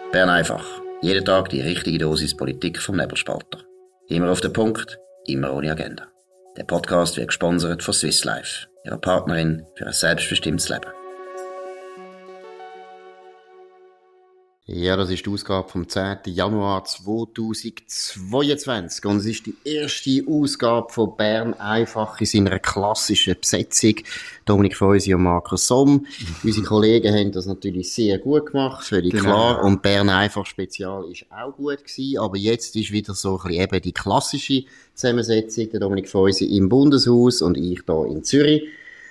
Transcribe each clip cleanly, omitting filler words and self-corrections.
Bern einfach. Jeden Tag die richtige Dosis Politik vom Nebelspalter. Immer auf den Punkt, immer ohne Agenda. Der Podcast wird gesponsert von Swiss Life, ihrer Partnerin für ein selbstbestimmtes Leben. Ja, das ist die Ausgabe vom 10. Januar 2022 und es ist die erste Ausgabe von Bern einfach in seiner klassischen Besetzung. Dominik Feusi und Markus Somm. Unsere Kollegen haben das natürlich sehr gut gemacht, völlig klar. Und Bern einfach Spezial ist auch gut gewesen, aber jetzt ist wieder so ein bisschen eben die klassische Zusammensetzung. Der Dominik Feusi im Bundeshaus und ich hier in Zürich.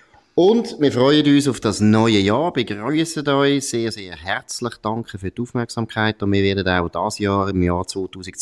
Und wir freuen uns auf das neue Jahr, begrüßen euch sehr, sehr herzlich, danke für die Aufmerksamkeit und wir werden auch dieses Jahr, im Jahr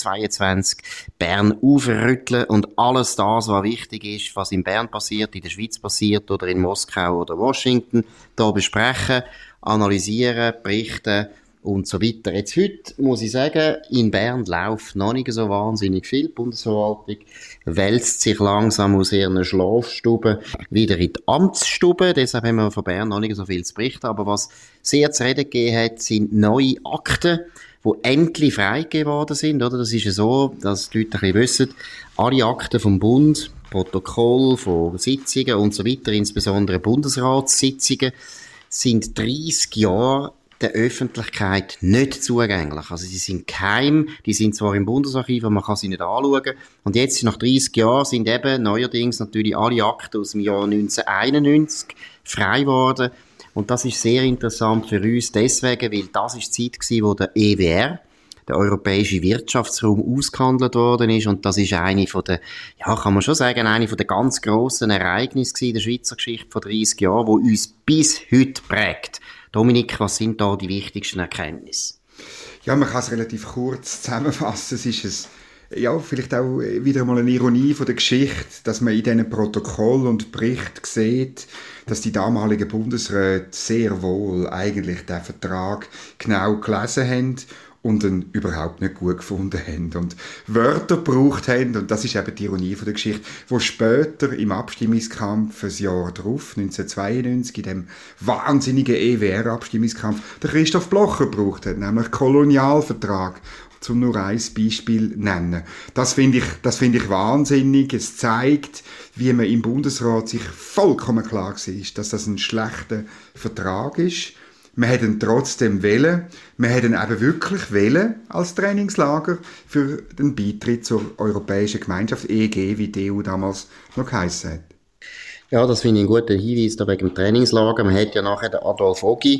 2022, Bern aufrütteln und alles das, was wichtig ist, was in Bern passiert, in der Schweiz passiert oder in Moskau oder Washington, da besprechen, analysieren, berichten und so weiter. Jetzt heute muss ich sagen, in Bern läuft noch nicht so wahnsinnig viel. Die Bundesverwaltung wälzt sich langsam aus ihren Schlafstuben wieder in die Amtsstuben. Deshalb haben wir von Bern noch nicht so viel zu berichten. Aber was sehr zu reden gegeben hat, sind neue Akten, die endlich freigegeben worden sind. Oder? Das ist ja so, dass die Leute ein bisschen wissen, alle Akten vom Bund, Protokoll von Sitzungen und so weiter, insbesondere Bundesratssitzungen, sind 30 Jahre der Öffentlichkeit nicht zugänglich. Also sie sind geheim, die sind zwar im Bundesarchiv, aber man kann sie nicht anschauen. Und jetzt, nach 30 Jahren, sind eben neuerdings natürlich alle Akten aus dem Jahr 1991 frei geworden. Und das ist sehr interessant für uns deswegen, weil das ist die Zeit gewesen, wo der EWR, der Europäische Wirtschaftsraum, ausgehandelt worden ist. Und das ist eine von der, ja, kann man schon sagen, eine von der ganz grossen Ereignisse in der Schweizer Geschichte von 30 Jahren, die uns bis heute prägt. Dominik, was sind da die wichtigsten Erkenntnisse? Ja, man kann es relativ kurz zusammenfassen. Es ist ja, vielleicht auch wieder mal eine Ironie von der Geschichte, dass man in diesen Protokoll und Bericht sieht, dass die damaligen Bundesräte sehr wohl eigentlich den Vertrag genau gelesen haben und ihn überhaupt nicht gut gefunden haben und Wörter gebraucht haben, und das ist eben die Ironie von der Geschichte, wo später im Abstimmungskampf ein Jahr drauf, 1992, in dem wahnsinnigen EWR-Abstimmungskampf, der Christoph Blocher gebraucht hat, nämlich Kolonialvertrag, zum nur ein Beispiel nennen. Das finde ich wahnsinnig. Es zeigt, wie man im Bundesrat sich vollkommen klar war, dass das ein schlechter Vertrag ist. Man hat ihn trotzdem wählen. Man hat ihn eben wirklich wählen als Trainingslager für den Beitritt zur Europäischen Gemeinschaft, EG, wie die EU damals noch geheissen hat. Ja, das finde ich einen guten Hinweis da wegen dem Trainingslager. Man hat ja nachher den Adolf Ogi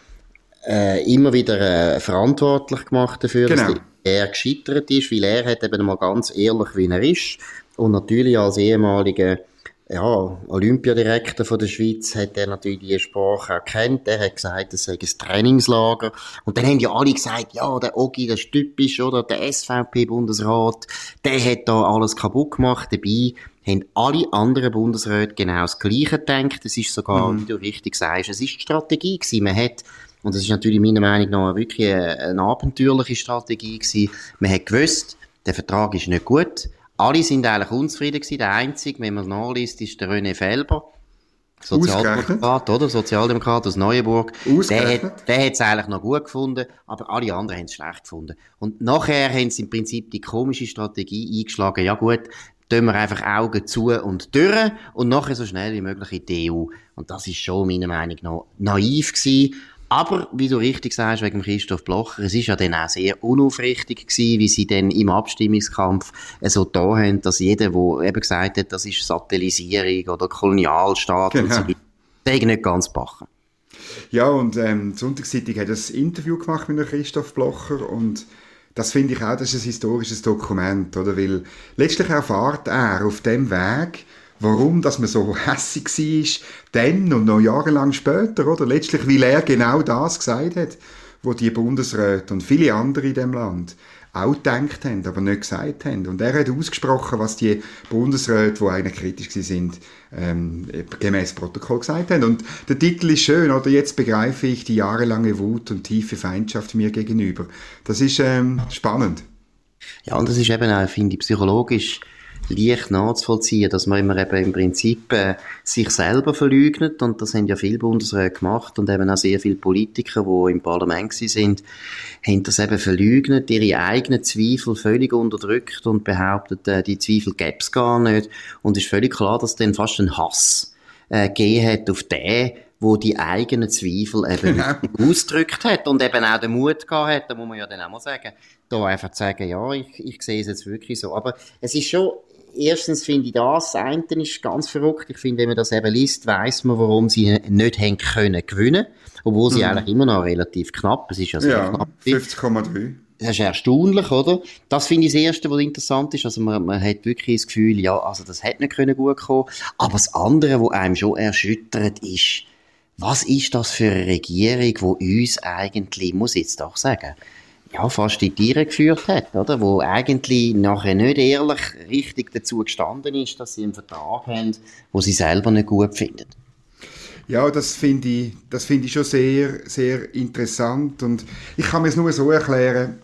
immer wieder verantwortlich gemacht dafür, genau, dass er gescheitert ist, weil er hat eben mal ganz ehrlich, wie er ist, und natürlich als ehemaliger Olympiadirektor von der Schweiz hat er natürlich die Sprache erkannt. Er hat gesagt, es sei ein Trainingslager. Und dann haben ja alle gesagt, ja, der Ogi, das ist typisch, oder? Der SVP-Bundesrat, der hat da alles kaputt gemacht. Dabei haben alle anderen Bundesräte genau das Gleiche gedacht. Es ist sogar, wie du richtig sagst, es ist die Strategie gewesen. Man hat, und das ist natürlich meiner Meinung nach wirklich eine abenteuerliche Strategie gewesen. Man hat gewusst, der Vertrag ist nicht gut. Alle sind eigentlich unzufrieden gewesen. Der einzige, wenn man nachliest, ist der René Felber. Sozialdemokrat, oder? Sozialdemokrat aus Neuenburg. Der hat es eigentlich noch gut gefunden, aber alle anderen haben es schlecht gefunden. Und nachher haben sie im Prinzip die komische Strategie eingeschlagen. Ja gut, tun wir einfach Augen zu und durch und nachher so schnell wie möglich in die EU. Und das ist schon meiner Meinung nach naiv gewesen. Aber, wie du richtig sagst, wegen Christoph Blocher, es ist ja dann auch sehr unaufrichtig gewesen, wie sie dann im Abstimmungskampf so da haben, dass jeder, der eben gesagt hat, das ist Satellisierung oder Kolonialstaat und so weiter, das nicht ganz bachen. Ja, und die Sonntagszeitung hat ein Interview gemacht mit Christoph Blocher und das finde ich auch, das ist ein historisches Dokument, oder? Weil letztlich erfahrt er auf dem Weg, warum dass man so hässig war, dann und noch jahrelang später, oder? Letztlich, weil er genau das gesagt hat, wo die Bundesräte und viele andere in dem Land auch gedacht haben, aber nicht gesagt haben. Und er hat ausgesprochen, was die Bundesräte, die eigentlich kritisch sind, gemäß Protokoll gesagt haben. Und der Titel ist schön, oder? Jetzt begreife ich die jahrelange Wut und tiefe Feindschaft mir gegenüber. Das ist spannend. Ja, und das ist eben auch, finde ich, psychologisch leicht nachzuvollziehen, dass man immer eben im Prinzip sich selber verleugnet, und das haben ja viele Bundesräte gemacht und eben auch sehr viele Politiker, die im Parlament sind, haben das eben verleugnet, ihre eigenen Zweifel völlig unterdrückt und behauptet, die Zweifel gäbe es gar nicht, und es ist völlig klar, dass dann fast ein Hass gegeben hat auf den, wo die eigenen Zweifel eben ausgedrückt hat und eben auch den Mut gehabt hat, da muss man ja dann auch mal sagen, da einfach zu sagen, ja, ich sehe es jetzt wirklich so. Aber es ist schon, erstens finde ich das eine ist ganz verrückt. Ich finde, wenn man das eben liest, weiss man, warum sie nicht haben können gewinnen, obwohl sie eigentlich immer noch relativ knapp, es ist ja sehr knapp. 50,3. Das ist erstaunlich, oder? Das finde ich das Erste, was interessant ist. Also man hat wirklich das Gefühl, ja, also das hätte nicht können gut kommen. Aber das andere, was einem schon erschüttert, ist, was ist das für eine Regierung, die uns eigentlich, muss ich jetzt doch sagen, ja, fast in die Tiere geführt hat, oder? Wo eigentlich nachher nicht ehrlich richtig dazu gestanden ist, dass sie einen Vertrag haben, wo sie selber nicht gut finden. Ja, das finde ich schon sehr, sehr interessant, und ich kann mir es nur so erklären,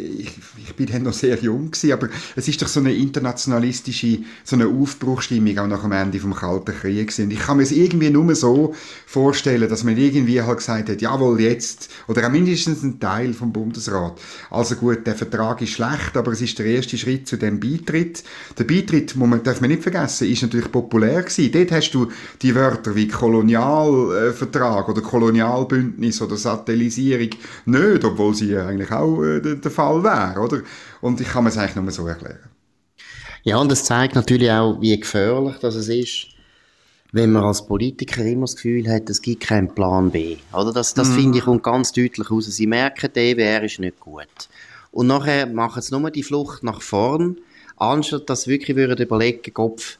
ich bin dann noch sehr jung gewesen, aber es ist doch so eine internationalistische, so eine Aufbruchstimmung auch nach dem Ende vom Kalten Krieg gewesen. Und ich kann mir es irgendwie nur so vorstellen, dass man irgendwie halt gesagt hat, jawohl, jetzt, oder auch mindestens ein Teil vom Bundesrat. Also gut, der Vertrag ist schlecht, aber es ist der erste Schritt zu dem Beitritt. Der Beitritt, darf man nicht vergessen, ist natürlich populär gewesen. Dort hast du die Wörter wie Kolonialvertrag oder Kolonialbündnis oder Satellisierung nicht, obwohl sie eigentlich auch der Fall wäre, oder? Und ich kann mir es eigentlich nur so erklären. Ja, und es zeigt natürlich auch, wie gefährlich das ist, wenn man als Politiker immer das Gefühl hat, es gibt keinen Plan B. Oder? Das finde ich, kommt ganz deutlich raus. Sie merken, die EWR ist nicht gut. Und nachher machen sie nur die Flucht nach vorn, anstatt dass sie wirklich überlegen, Kopf,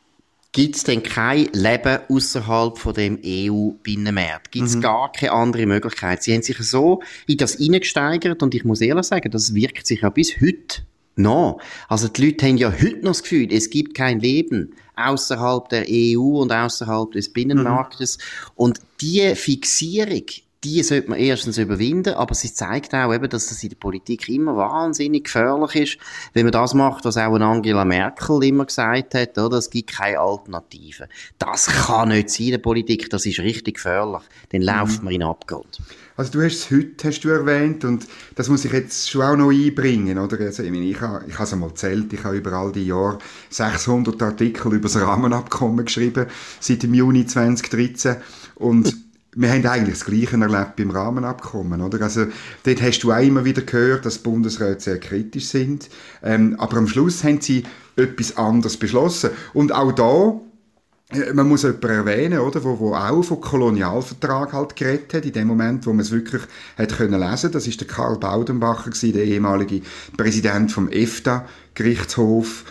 gibt es denn kein Leben außerhalb von dem EU-Binnenmarkt? Gibt es gar keine andere Möglichkeit? Sie haben sich so in das hineingesteigert, und ich muss ehrlich sagen, das wirkt sich ja bis heute nach. Also die Leute haben ja heute noch das Gefühl, es gibt kein Leben außerhalb der EU und außerhalb des Binnenmarktes. Und die Fixierung, die sollte man erstens überwinden, aber sie zeigt auch eben, dass das in der Politik immer wahnsinnig gefährlich ist, wenn man das macht, was auch Angela Merkel immer gesagt hat, oder? Es gibt keine Alternative. Das kann nicht sein in der Politik, das ist richtig gefährlich. Dann läuft man in den Abgrund. Also du hast es heute hast du erwähnt, und das muss ich jetzt schon auch noch einbringen, oder? Also, ich habe es einmal gezählt, ich habe über all die Jahre 600 Artikel über das Rahmenabkommen geschrieben, seit dem Juni 2013, und wir haben eigentlich das Gleiche erlebt beim Rahmenabkommen, oder? Also, dort hast du auch immer wieder gehört, dass die Bundesräte sehr kritisch sind, aber am Schluss haben sie etwas anderes beschlossen. Und auch da, man muss jemanden erwähnen, oder, wo auch vom Kolonialvertrag halt geredet hat, in dem Moment, wo man es wirklich hat können lesen. Das ist der Karl Baudenbacher gewesen, der ehemalige Präsident vom EFTA-Gerichtshof,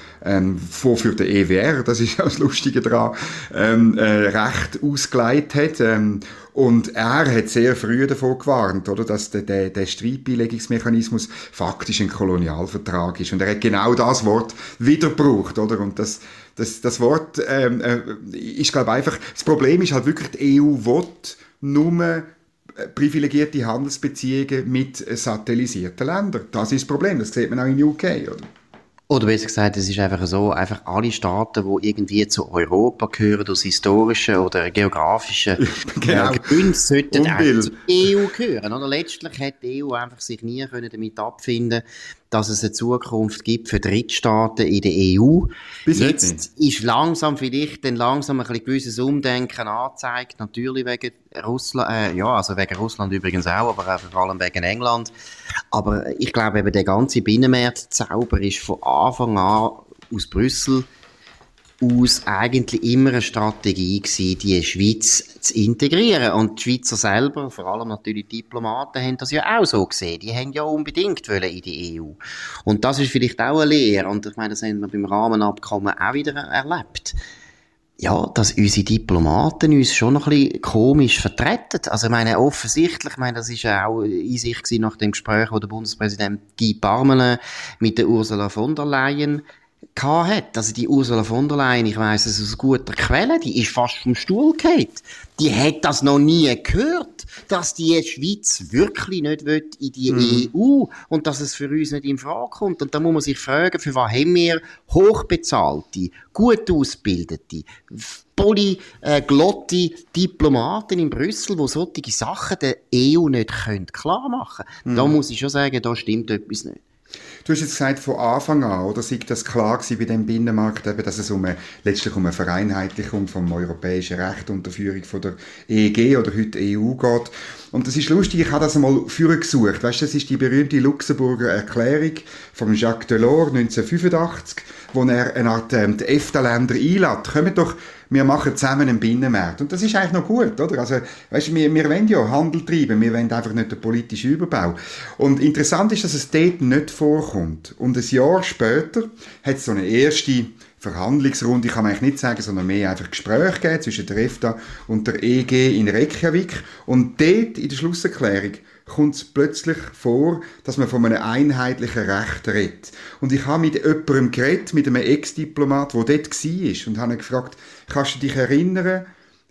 für den EWR, das ist ja das Lustige daran, Recht ausgeleitet hat. Und er hat sehr früh davon gewarnt, oder, dass der Streitbeilegungsmechanismus faktisch ein Kolonialvertrag ist. Und er hat genau das Wort wieder gebraucht, oder? Und das Wort ist, glaube ich, einfach, das Problem ist halt wirklich, die EU will nur privilegierte Handelsbeziehungen mit satellisierten Ländern. Das ist das Problem, das sieht man auch in UK, oder? Oder besser gesagt, es ist einfach so, einfach alle Staaten, die irgendwie zu Europa gehören, aus historischen oder geografischen Gründen, sollten auch zur EU gehören. Oder letztlich hat die EU einfach sich nie damit abfinden, dass es eine Zukunft gibt für Drittstaaten in der EU. Jetzt ist langsam vielleicht ein bisschen gewisses Umdenken angezeigt, natürlich wegen Russland, also wegen Russland übrigens auch, aber auch vor allem wegen England. Aber ich glaube eben, der ganze Binnenmarktzauber ist von Anfang an aus Brüssel aus eigentlich immer eine Strategie gewesen, die Schweiz zu integrieren. Und die Schweizer selber, vor allem natürlich die Diplomaten, haben das ja auch so gesehen. Die haben ja unbedingt wollen in die EU. Und das ist vielleicht auch eine Lehre. Und ich meine, das haben wir beim Rahmenabkommen auch wieder erlebt. Ja, dass unsere Diplomaten uns schon noch ein bisschen komisch vertreten. Also, ich meine, offensichtlich, das ist ja auch Einsicht gewesen nach dem Gespräch, wo der Bundespräsident Guy Parmelin mit der Ursula von der Leyen hat. Also die Ursula von der Leyen, ich weiss es aus guter Quelle, die ist fast vom Stuhl gefallen. Die hat das noch nie gehört, dass die Schweiz wirklich nicht will in die EU und dass es für uns nicht in Frage kommt. Und da muss man sich fragen, für was haben wir hochbezahlte, gut ausgebildete, polyglotte Diplomaten in Brüssel, die solche Sachen der EU nicht klar machen können. Da muss ich schon sagen, da stimmt etwas nicht. Du hast jetzt gesagt, von Anfang an, oder sei das klar gewesen bei dem Binnenmarkt, eben, dass es letztlich um eine Vereinheitlichung vom europäischen Recht unter Führung von der EEG oder heute EU geht. Und das ist lustig, ich habe das einmal vorgesucht. Weißt du, das ist die berühmte Luxemburger Erklärung von Jacques Delors 1985, wo er eine Art die EFTA-Länder einlädt. Kommt doch, wir machen zusammen einen Binnenmarkt. Und das ist eigentlich noch gut, oder? Also, weißt du, wir wollen ja Handel treiben, wir wollen einfach nicht den politischen Überbau. Und interessant ist, dass es dort nicht vorkommt. Und ein Jahr später hat es so eine erste Verhandlungsrunde, kann man eigentlich nicht sagen, sondern mehr einfach Gespräche gegeben zwischen der EFTA und der EG in Reykjavik. Und dort in der Schlusserklärung kommt es plötzlich vor, dass man von einem einheitlichen Recht redet. Und ich habe mit jemandem geredet, mit einem Ex-Diplomat, der dort war, und habe ihn gefragt, kannst du dich erinnern,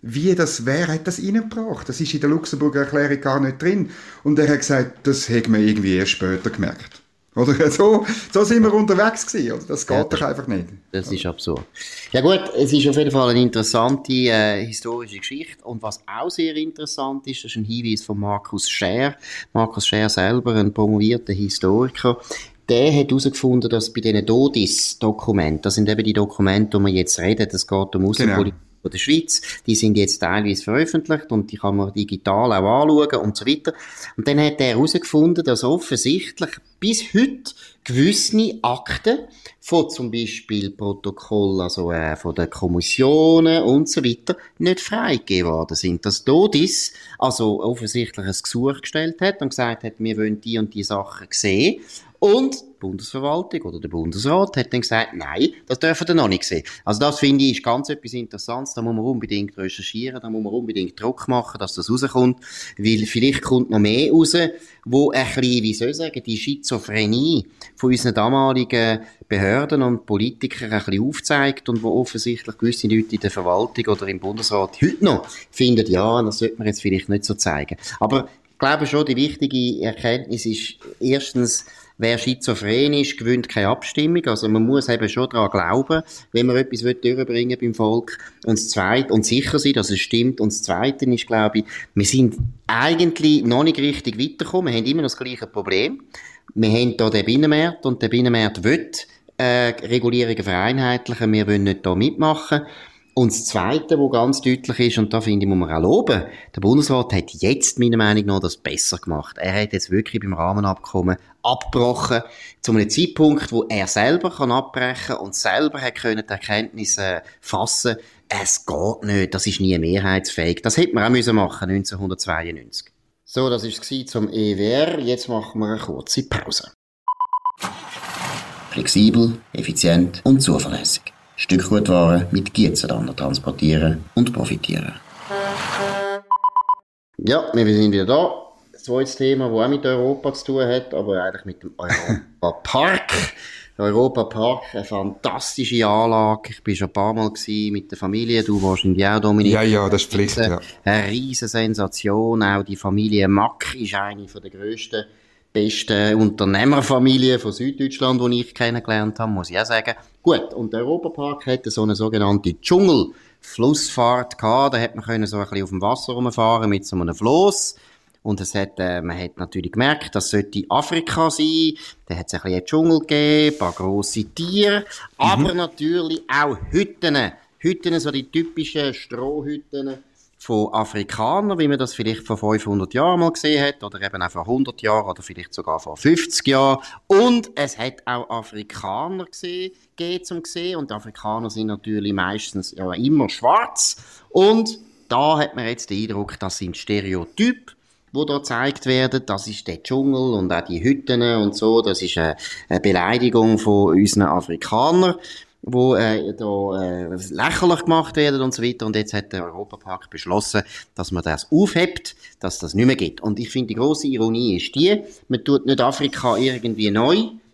wer hat das reingebracht? Das ist in der Luxemburger Erklärung gar nicht drin. Und er hat gesagt, das hat man irgendwie erst später gemerkt. Oder so sind wir unterwegs gewesen, oder? Das geht doch einfach nicht. Das ist absurd. Ja gut, es ist auf jeden Fall eine interessante historische Geschichte. Und was auch sehr interessant ist, das ist ein Hinweis von Markus Scher. Markus Scher selber, ein promovierter Historiker. Der hat herausgefunden, dass bei diesen DODIS-Dokumenten, das sind eben die Dokumente, um wir jetzt reden, das geht um Außenpolitik von der Schweiz, die sind jetzt teilweise veröffentlicht und die kann man digital auch anschauen und so weiter. Und dann hat er herausgefunden, dass offensichtlich bis heute gewisse Akten von zum Beispiel Protokoll, also von den Kommissionen und so weiter, nicht freigegeben worden sind. Dass DODIS also offensichtlich ein Gesuch gestellt hat und gesagt hat, wir wollen die und die Sachen sehen. Und die Bundesverwaltung oder der Bundesrat hat dann gesagt, nein, das dürfen wir noch nicht sehen. Also das finde ich ist ganz etwas Interessantes, da muss man unbedingt recherchieren, da muss man unbedingt Druck machen, dass das rauskommt, weil vielleicht kommt noch mehr raus, wo ein bisschen, wie soll ich sagen, die Schizophrenie von unseren damaligen Behörden und Politikern ein bisschen aufzeigt und wo offensichtlich gewisse Leute in der Verwaltung oder im Bundesrat heute noch finden, ja, das sollte man jetzt vielleicht nicht so zeigen. Aber ich glaube schon, die wichtige Erkenntnis ist erstens, wer schizophren ist, gewinnt keine Abstimmung. Also man muss eben schon daran glauben, wenn man etwas durchbringen will beim Volk. Und das Zweite, und sicher sein, dass es stimmt. Und das Zweite ist, glaube ich, wir sind eigentlich noch nicht richtig weitergekommen. Wir haben immer noch das gleiche Problem. Wir haben hier den Binnenmarkt und der Binnenmarkt will Regulierungen vereinheitlichen. Wir wollen nicht da mitmachen. Und das Zweite, was ganz deutlich ist, und da finde ich, muss man auch loben, der Bundesrat hat jetzt, meiner Meinung nach, das besser gemacht. Er hat jetzt wirklich beim Rahmenabkommen abgebrochen, zu einem Zeitpunkt, wo er selber kann abbrechen und selber hat können die Erkenntnisse fassen. Es geht nicht, das ist nie mehrheitsfähig. Das hätte man auch müssen machen 1992. So, das war es zum EWR. Jetzt machen wir eine kurze Pause. Flexibel, effizient und zuverlässig. Stückgutware mit Gietzenlander transportieren und profitieren. Ja, wir sind wieder da. Das zweite Thema, das auch mit Europa zu tun hat, aber eigentlich mit dem Europa-Park. Der Europa-Park, eine fantastische Anlage. Ich war schon ein paar Mal mit der Familie, du wahrscheinlich auch, Dominik. Ja, das ist Pflicht, ja. Eine riesen Sensation. Auch die Familie Mack ist eine der grössten, besten Unternehmerfamilien von Süddeutschland, die ich kennengelernt habe, muss ich auch sagen. Gut, und der Europapark hatte so eine sogenannte Dschungelflussfahrt gehabt. Da hat man können so ein bisschen auf dem Wasser rumfahren mit so einem Floss. Und man hat natürlich gemerkt, das sollte Afrika sein. Da hat es ein bisschen Dschungel gegeben, ein paar grosse Tiere, aber natürlich auch Hütten. Hütten, so die typischen Strohhütten von Afrikanern, wie man das vielleicht vor 500 Jahren mal gesehen hat, oder eben auch vor 100 Jahren, oder vielleicht sogar vor 50 Jahren. Und es hat auch Afrikaner gegeben zum sehen, und Afrikaner sind natürlich meistens ja immer schwarz. Und da hat man jetzt den Eindruck, das sind Stereotype, die da gezeigt werden. Das ist der Dschungel und auch die Hütten und so. Das ist eine Beleidigung von unseren Afrikanern, wo lächerlich gemacht werden und so weiter. Und jetzt hat der Europapark beschlossen, dass man das aufhebt, dass das nicht mehr gibt. Und ich finde, die grosse Ironie ist die, man tut nicht Afrika irgendwie neu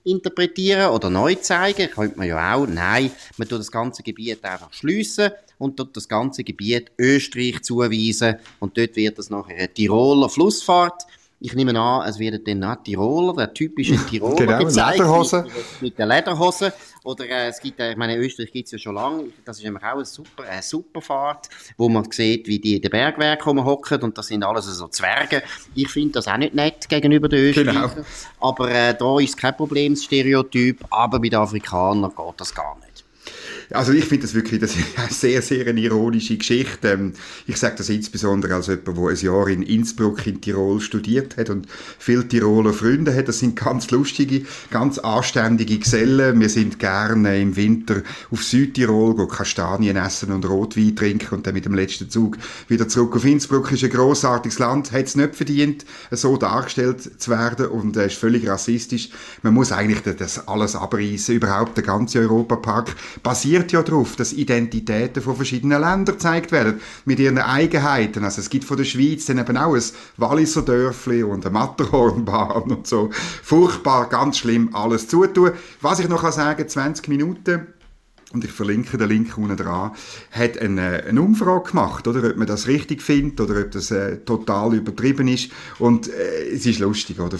interpretieren oder neu zeigen. Könnte man ja auch. Nein, man tut das ganze Gebiet einfach schliessen und tut das ganze Gebiet Österreich zuweisen und dort wird es nachher eine Tiroler Flussfahrt. Ich nehme an, es werden dann auch Tiroler, der typische Tiroler genau, gezeigt. Lederhose. Mit der Lederhose. Oder es gibt, ich meine, Österreich gibt es ja schon lange. Das ist nämlich auch eine super Fahrt, wo man sieht, wie die in den Bergwerken hocken und das sind alles so Zwerge. Ich finde das auch nicht nett gegenüber den Österreichern. Genau. Aber da ist kein Problem, das Stereotyp. Aber bei den Afrikanern geht das gar nicht. Also ich finde das wirklich, das ist eine sehr, sehr eine ironische Geschichte. Ich sage das insbesondere als jemand, der ein Jahr in Innsbruck in Tirol studiert hat und viele Tiroler Freunde hat. Das sind ganz lustige, ganz anständige Gesellen. Wir sind gerne im Winter auf Südtirol, gehen Kastanien essen und Rotwein trinken und dann mit dem letzten Zug wieder zurück auf Innsbruck. Ist ein grossartiges Land, hat es nicht verdient, so dargestellt zu werden und ist völlig rassistisch. Man muss eigentlich das alles abreißen. Überhaupt der ganze Europapark basiert ja darauf, dass Identitäten von verschiedenen Ländern gezeigt werden, mit ihren Eigenheiten. Also es gibt von der Schweiz dann eben auch ein Walliser Dörfli und eine Matterhornbahn und so. Furchtbar, ganz schlimm, alles zutun. Was ich noch sagen kann, 20 Minuten, und ich verlinke den Link unten dran, hat eine Umfrage gemacht, oder? Ob man das richtig findet oder ob das total übertrieben ist. Und es ist lustig, oder?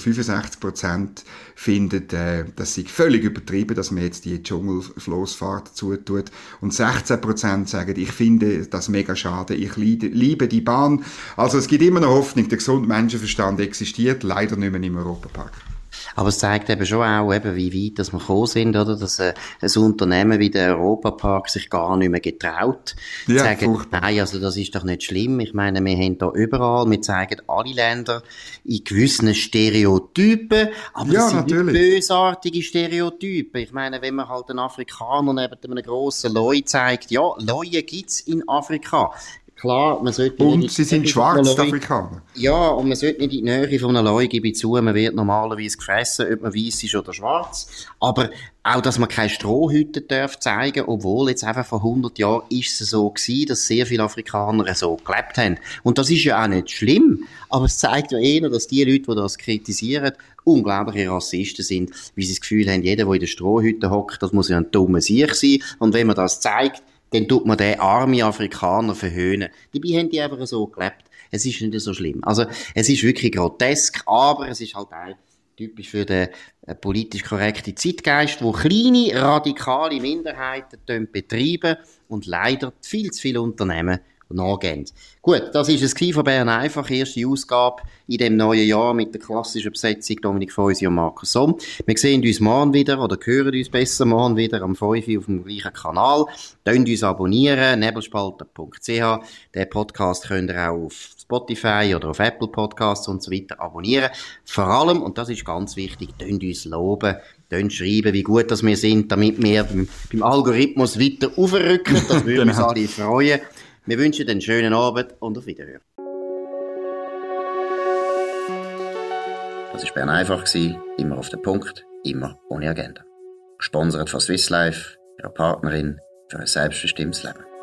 65% finden, das sei völlig übertrieben, dass man jetzt die Dschungelflossfahrt zutut. Und 16% sagen, ich finde das mega schade, ich liebe die Bahn. Also es gibt immer noch Hoffnung, der gesunde Menschenverstand existiert, leider nicht mehr im Europapark. Aber es zeigt eben schon auch, eben, wie weit dass wir gekommen sind, oder? Dass ein Unternehmen wie der Europapark sich gar nicht mehr getraut. Ja, sagen, furchtbar. nein, also das ist doch nicht schlimm. Ich meine, wir haben da überall, wir zeigen alle Länder in gewissen Stereotypen, aber ja, das sind natürlich nicht bösartige Stereotypen. Ich meine, wenn man halt einen Afrikaner neben einem grossen Leu zeigt, ja, Leue gibt's in Afrika. Klar, man sollte und nicht sie sind schwarz, die Afrikaner. Ja, und man sollte nicht in die Nähe von einer Leu, gebe ich zu, man wird normalerweise gefressen, ob man weiss ist oder schwarz. Aber auch, dass man keine Strohhüte darf zeigen, obwohl jetzt einfach vor 100 Jahren ist es so gewesen, dass sehr viele Afrikaner so gelebt haben. Und das ist ja auch nicht schlimm, aber es zeigt ja eher, dass die Leute, die das kritisieren, unglaubliche Rassisten sind, weil sie das Gefühl haben, jeder, der in der Strohhüte hockt, das muss ja ein dummer Sieg sein. Und wenn man das zeigt, dann tut man den armen Afrikaner verhöhnen. Dabei haben die einfach so gelebt. Es ist nicht so schlimm. Also, es ist wirklich grotesk, aber es ist halt auch typisch für den politisch korrekten Zeitgeist, wo kleine, radikale Minderheiten betreiben und leider viel zu viele Unternehmen nachgehen. Gut, das ist es von Bern einfach, erste Ausgabe in dem neuen Jahr mit der klassischen Besetzung Dominik Feusi und Markus Somm. Wir sehen uns morgen wieder, oder hören uns besser morgen wieder am 5 Uhr auf dem gleichen Kanal. Könnt uns abonnieren, nebelspalter.ch. Den Podcast könnt ihr auch auf Spotify oder auf Apple Podcasts und so weiter abonnieren. Vor allem, und das ist ganz wichtig, könnt uns loben, könnt schreiben, wie gut dass wir sind, damit wir beim Algorithmus weiter aufrücken. Das würde uns alle freuen. Wir wünschen einen schönen Abend und auf Wiederhören. Das war Bern einfach, immer auf den Punkt, immer ohne Agenda. Gesponsert von Swiss Life, ihrer Partnerin für ein selbstbestimmtes Leben.